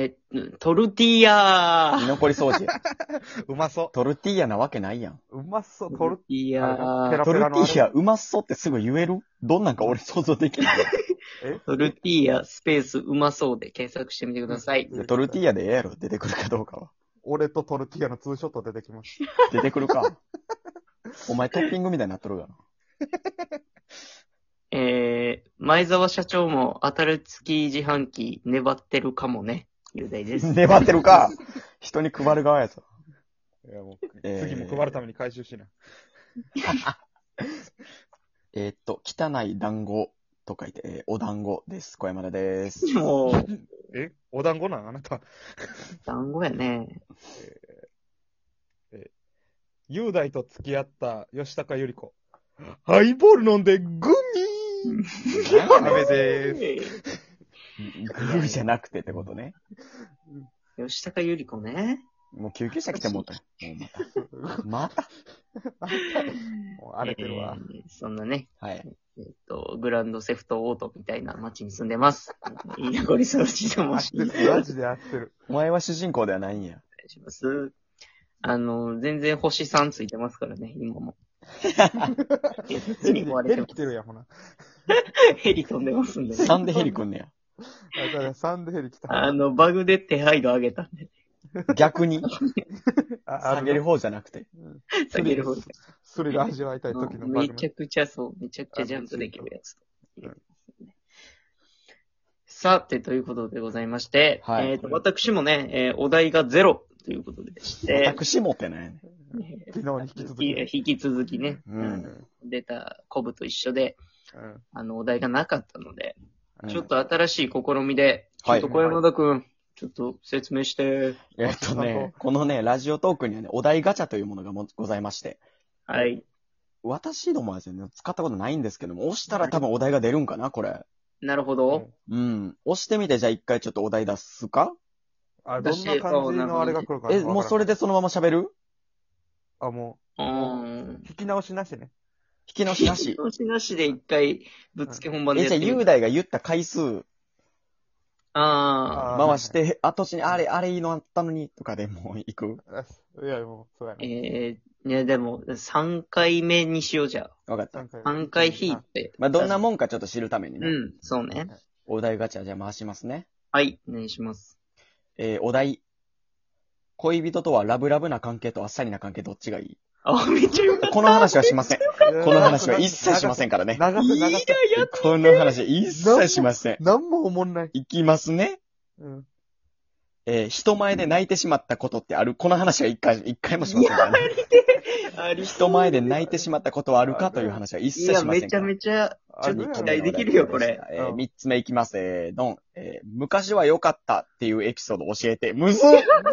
トルティーヤー。 居残り掃除や。 うまそトルティーヤなわけないやん。 う。うまそう。 トルティーヤー。 トルティーヤペラペラのあれうまそうってすぐ言える？どんなんか俺想像できる。 トルティーヤスペースうまそうで検索してみてください。 トルティーヤでええやろ、出てくるかどうかは。 俺とトルティーヤのツーショット出てきます。 出てくるか。お前トッピングみたいになっとるがな。 前澤社長も当たる月自販機粘ってるかもね。雄大です。 粘ってるか。人に配る側やぞ。 いやもう、次も配るために回収しな。 汚い団子と書いて、お団子です。小山田です。 もう、 お団子なんあなた。 団子やね。 雄大と付き合った吉高由里子。ハイボール飲んでグミダメでーす。 グーじゃなくてってことね。 吉高由里子ね。 もう救急車来てもうたよ。もうまた。 もう荒れてるわ。 そんなね、 はい。 グランドセフトオートみたいな街に住んでます。居残り掃除と申します。 マジで合ってる。 お前は主人公ではないんや。 お願いします。全然星3ついてますからね、今も。 ヘリ来てるやん、ほな。 ヘリ飛んでますんで、ね。 3でヘリ来んねや。 サンドヘリ来た。 バグで手配度上げたんで。 逆にあ下げる方じゃなくて。 下げる方スリル味わいたい時のバグめちゃくちゃそう、めちゃくちゃジャンプできるやつと。さて、ということでございまして、 はい私もね、お題が0ということでして、 私もってね。 昨日に引き続き。 引き続きね、 うん出たコブと一緒で、 うんお題がなかったので、 うんちょっと新しい試みで、ちょはいっと小山田くん、ちょっと説明して。 このね、ラジオトークにはね、お題ガチャというものがございまして、 はい。 私どもはですね、使ったことないんですけども、押したら多分お題が出るんかな、これ。 なるほど。 うん。押してみて、じゃあ一回ちょっとお題出すか？ あ、どんな感じのあれが来るかな。 もうそれでそのまま喋る？ あ、もう、 引引き直しなしね。 引き直しなし。 き直しなしで一回、ぶっつけ本番でやじゃあ、 ってみる。 雄大が言った回数あ回して、後に、あれいいのあったのに、とかでもう行く？ いや、もう、そうやあ。 な。 いやでも、3回目にしようじゃわかった。 3回引いて。 まあ、どんなもんかちょっと知るためにね。 うん、そうね。 お題ガチャじゃあ回しますね。 はい、お願いします。 お題。恋人とはラブラブな関係とあっさりな関係どっちがいい？ あ、めっちゃよかった。 この話はしません。この話は一切しませんからね。 長瀬、長瀬。 この話は一切しません。 なんも思んない。 いきますね。 うん。 人前で泣いてしまったことってある？この話は一回もしませんからね。人前で泣いてしまったことはあるかという話は一いや、 切しませんから。 めちゃめちゃ、ちょっと期待できるよ、 よ、これ。 三つ目いきます。ドン。昔は良かったっていうエピソード教えて。むずっ！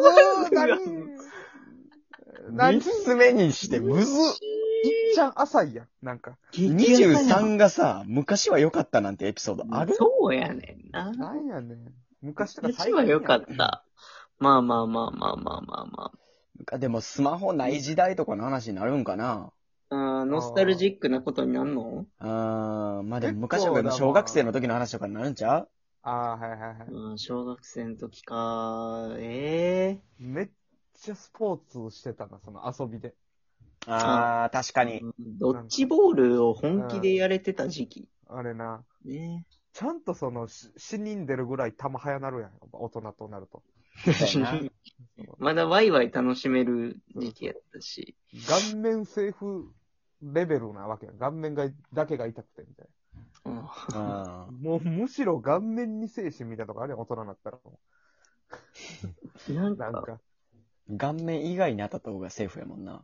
三つ目にしてむずっ！ いっちゃん浅いやん。なんか。 23がさ、昔は良かったなんてエピソードある？ そうやねんな。 なんやねん。昔とか昔は良かった。まあまあまあまあまあまあまあ。 でもスマホない時代とかの話になるんかな？ ノスタルジックなことになるの？ まあでも昔は小学生の時の話とかになるんちゃう？ ああ、はいはいはい。 小学生の時か。 めっちゃスポーツしてたな、その遊びで。 確かに。 ドッジボールを本気でやれてた時期。 あれな。 ね。 ちゃんとその、死人出るぐらい球早なるやん。大人となると。 まだワイワイ楽しめる時期やったし。 顔面セーフレベルなわけやん。顔面だけが痛くてみたいな。もうむしろ顔面に精神みたいなとこあるやん、大人になったら。 なんか、 顔面以外に当たった方がセーフやもんな。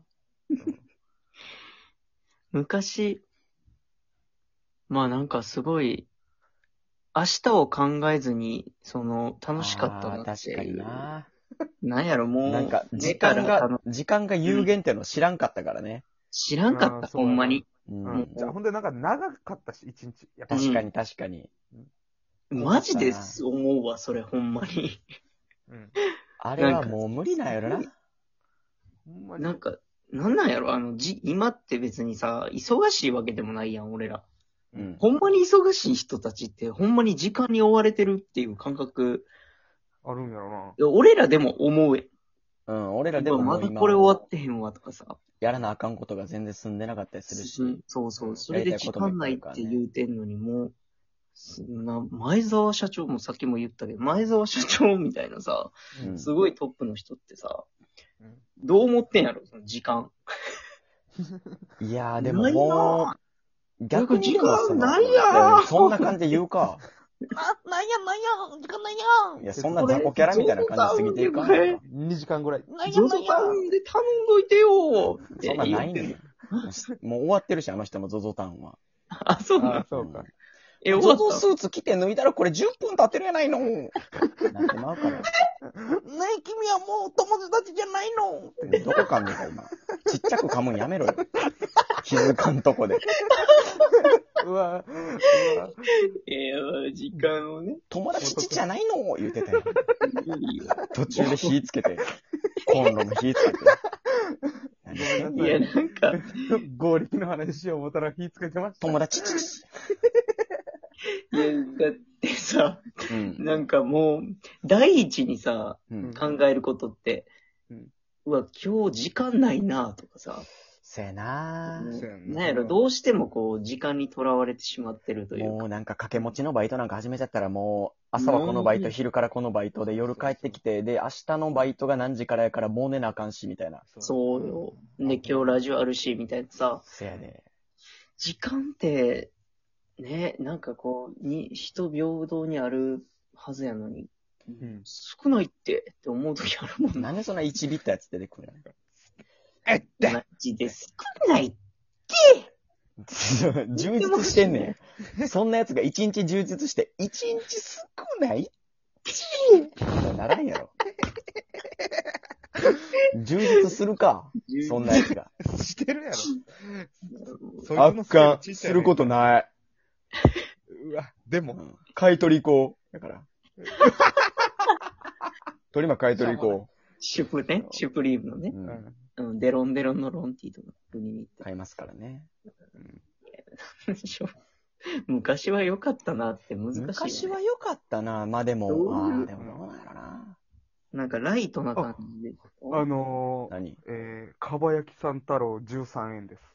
昔、まあなんかすごい、明日を考えずに、楽しかったなっていう。 確かにな。 なんやろ、もう。 なんか、時間が有限っての知らんかったからね。 知らんかった、ほんまに。 ほんでなんか長かったし、一日。 確かに確かに。 マジで思うわ、それ、ほんまに。 あれはもう無理なんやろな。 なんか、なんなんやろ、今って別にさ、忙しいわけでもないやん、俺ら。ほんまに忙しい人たちって、ほんまに時間に追われてるっていう感覚あるんやろな。 いや俺らでも思うやん。 うん、俺らでもまだもう今これ終わってへんわとかさ。 やらなあかんことが全然済んでなかったりするし。 そうそう。それで時間ないって言うてんのにもう、前澤社長もさっきも言ったけど、前澤社長みたいなさ、すごいトップの人ってさ、どう思ってんやろ、その時間。 いやーでももう、逆に時間ないやーそんな感じで言うか。 なんや、時間ないやいや、そんな雑魚キャラみたいな感じで過ぎていかんやろ。 2時間ぐらい。 ゾゾタウンで頼んどいてよーってそんなんない言ってねん。もう終わってるし、あの人もゾゾタウンは。 あ、そうなあんそうか。 ゾ終わっゾスーツ着て脱いだらこれ10分経ってるやないの。なってまうから。 ねえ、君はもう友達じゃないのどこ噛んでた今。ちっちゃく噛むんやめろよ。気づかんとこで。 うわ。 時間をね。 友達じゃないの言うてたよ。途中で火つけて。コンロの火つけて。 いや、なんか、 合力の話しよう思ったら火つけてました。 友達いや、だってさ、 うん。 なんかもう、第一にさ、 うん。 考えることって、うわ、今日時間ないなとかさ、 せやなそうやんななんやろ、どうしてもこう、時間にとらわれてしまってるというか。 もうなんか掛け持ちのバイトなんか始めちゃったらもう、朝はこのバイト、昼からこのバイトで夜帰ってきて、で、明日のバイトが何時からやからもう寝なあかんし、みたいな。 そうよ。で、今日ラジオあるし、みたいなさ、 せやで。 時間って、ね、なんかこう、人平等にあるはずやのに、 うん。 少ないって思うときあるもんな。 なんでそんな1ビッタやつ出てくるのマジで少ない。 充実してんねん。そんなやつが1日充実して、1日少ないならんやろ。充実するか。そんなやつが。 してるやろ。 あっかん。することない。 うわ、でも、 買い取り行こう。だから。取りま買い取り行こシュプリームのね。デロンデロンのロンティーとか国に行って。 買いますからね。 昔は良かったなって難しい、ね。 昔は良かったな。まあでも、でもどうなんやろな。 なんかライトな感じで。 何かば焼きさん太郎13円です。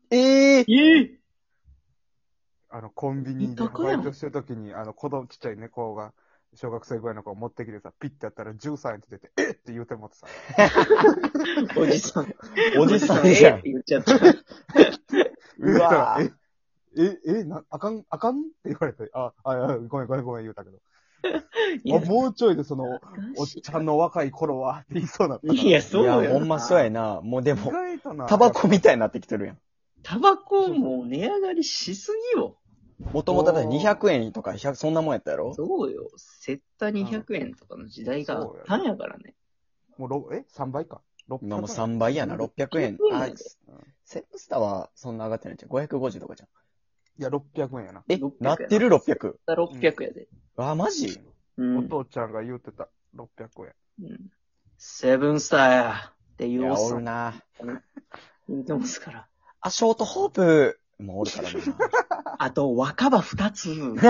コンビニでバイトしてるときに、ちっちゃい猫が、小学生ぐらいの子を持ってきてさ、ピッてやったら13円って出て、えって言うてもってさ。 おじさん。 おじさんじゃん。 って言っちゃった。 うわあかんって言われて、ごめん言うたけど。もうちょいでおっちゃんの若い頃はって言いそうなった。 いや、そうや。 ほんまそうやな。もうでも、 意外となタバコみたいになってきてるやん。 タバコもう値上がりしすぎよ。 もともとだって200円とかそんなもんやったやろ？ そうよ。セッタ200円とかの時代があったんやからね。 もう3倍か。 今もう3倍やな、600円。セブンスターはそんな上がってないんじゃん。550とかじゃん。 いや、600円やな。 なってる 600。 600やで。 マジ？ お父ちゃんが言うてた。600円。 セブンスターやっていうおるな。 言ってますから。 ショートホープもおるからな。 あと、若葉2つ。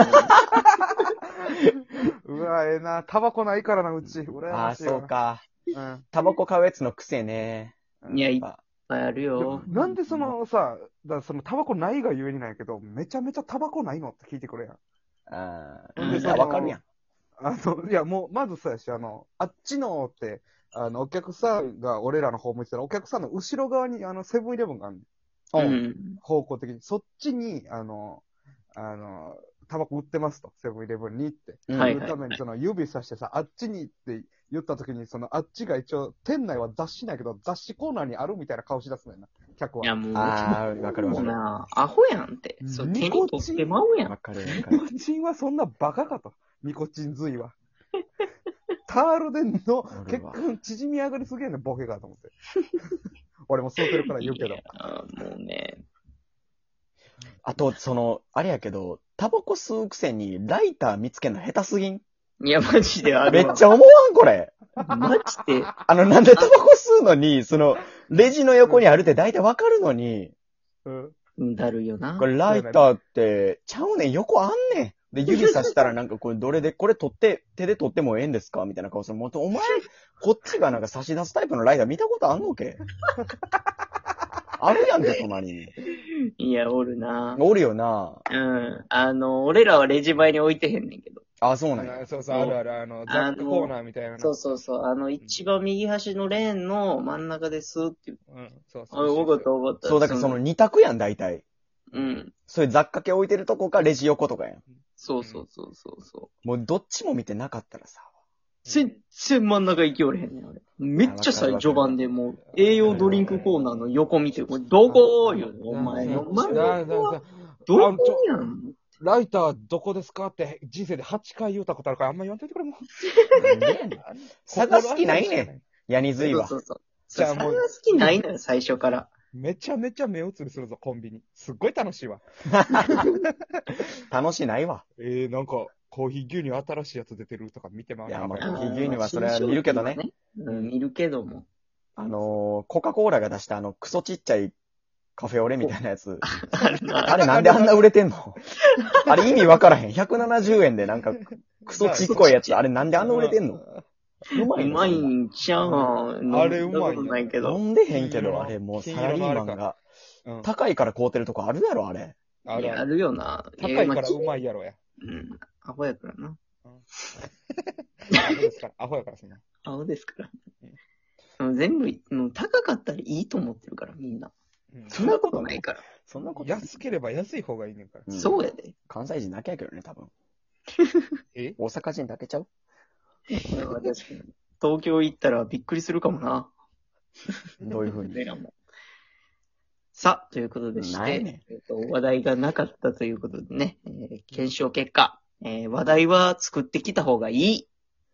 うわ、ええな。タバコないからな、うち。羨ましい。 そうか。タバコ買うやつの癖ね。 いや、いっぱいあるよ。 なんでタバコないがゆえにないけど、めちゃめちゃタバコないのって聞いてくれやん。 わかるやん。 いや、もう、まずそうやし、あっちのって、お客さんが俺らの方向いてたら、お客さんの後ろ側に、セブンイレブンがある方向的に。そっちに、タバコ売ってますと、セブンイレブンにって。言うために、指さしてさ、あっちにって言った時に、あっちが一応、店内は雑誌ないけど、雑誌コーナーにあるみたいな顔し出すねんな、客は。 いや、もう、 わかる。 もうな、アホやんって。手に取ってまうやん。 わかる。 ニコチンはそんなバカかと。ニコチン髄は。タールでの結果縮み上がりすぎやねん、ボケがと思って。俺も吸うてるから言うけど。 もうね。 あと、あれやけど、タバコ吸うくせにライター見つけんの下手すぎん？ いや、マジである。 めっちゃ思わんこれ。 マジで。 なんでタバコ吸うのに、レジの横にあるって大体わかるのに。 だるよな。 これライターって、ちゃうねん、横あんねん。 で、指さしたらなんかこれこれ手で取ってもええんですかみたいな顔する。もうお前、こっちがなんか差し出すタイプのライダー見たことあんのけあるやんけ、隣に。 いや、おるな。 おるよな。 うん。俺らはレジ前に置いてへんねんけど。 あ、そうなんや。 そうそう、あるある、雑貨コーナーみたいな。 そうそうそう。一番右端のレーンの真ん中ですって言う。 うん、そうそう。 わかったわかった。 そう、だからその二択やん、大体。 うん。 そういう雑貨系置いてるとこか、レジ横とかやん。 そうそうそうそう。 もうどっちも見てなかったらさ。 全然真ん中行きおれへんねん、あれ。めっちゃ序盤でもう、栄養ドリンクコーナーの横見て、これどこ言うのお前。お前はどこやんライターどこですかって人生で8回言うたことあるからあんま言わんといてくれもん。 探す気ないねん。ヤニズイは。 そう。じゃあもう。探す気ないのよ、最初から。 めちゃめちゃ目移りするぞ、コンビニ。すっごい楽しいわ。 楽しないわ。 なんか、コーヒー牛乳新しいやつ出てるとか見てます。 いや、まあ、コーヒー牛乳はそれは見るけどね。 うん、見るけども。 コカ・コーラが出したクソちっちゃいカフェオレみたいなやつ。 あれなんであんな売れてんのあれ意味わからへん。170円でなんか、クソちっこいやつ、あれなんであんな売れてんのうまいんちゃうん。 あれうまいないけど。 飲んでへんけど、あれもうサラリーマンが、高いから買うてるとこあるやろ、あれ。 あるよな。 高いからうまいやろや。 うん。アホやからな。 アホですから、アホやからそんな。 アホですから。全部、高かったらいいと思ってるから、みんな。そんなことないから。 そんなこと安ければ安い方がいいねんから。 そうやで。 関西人だけやけどね、多分。 大阪人だけちゃう東京行ったらびっくりするかもな。 どういうふうに。 さあ、ということでして、話題がなかったということでね、検証結果、話題は作ってきた方がいい。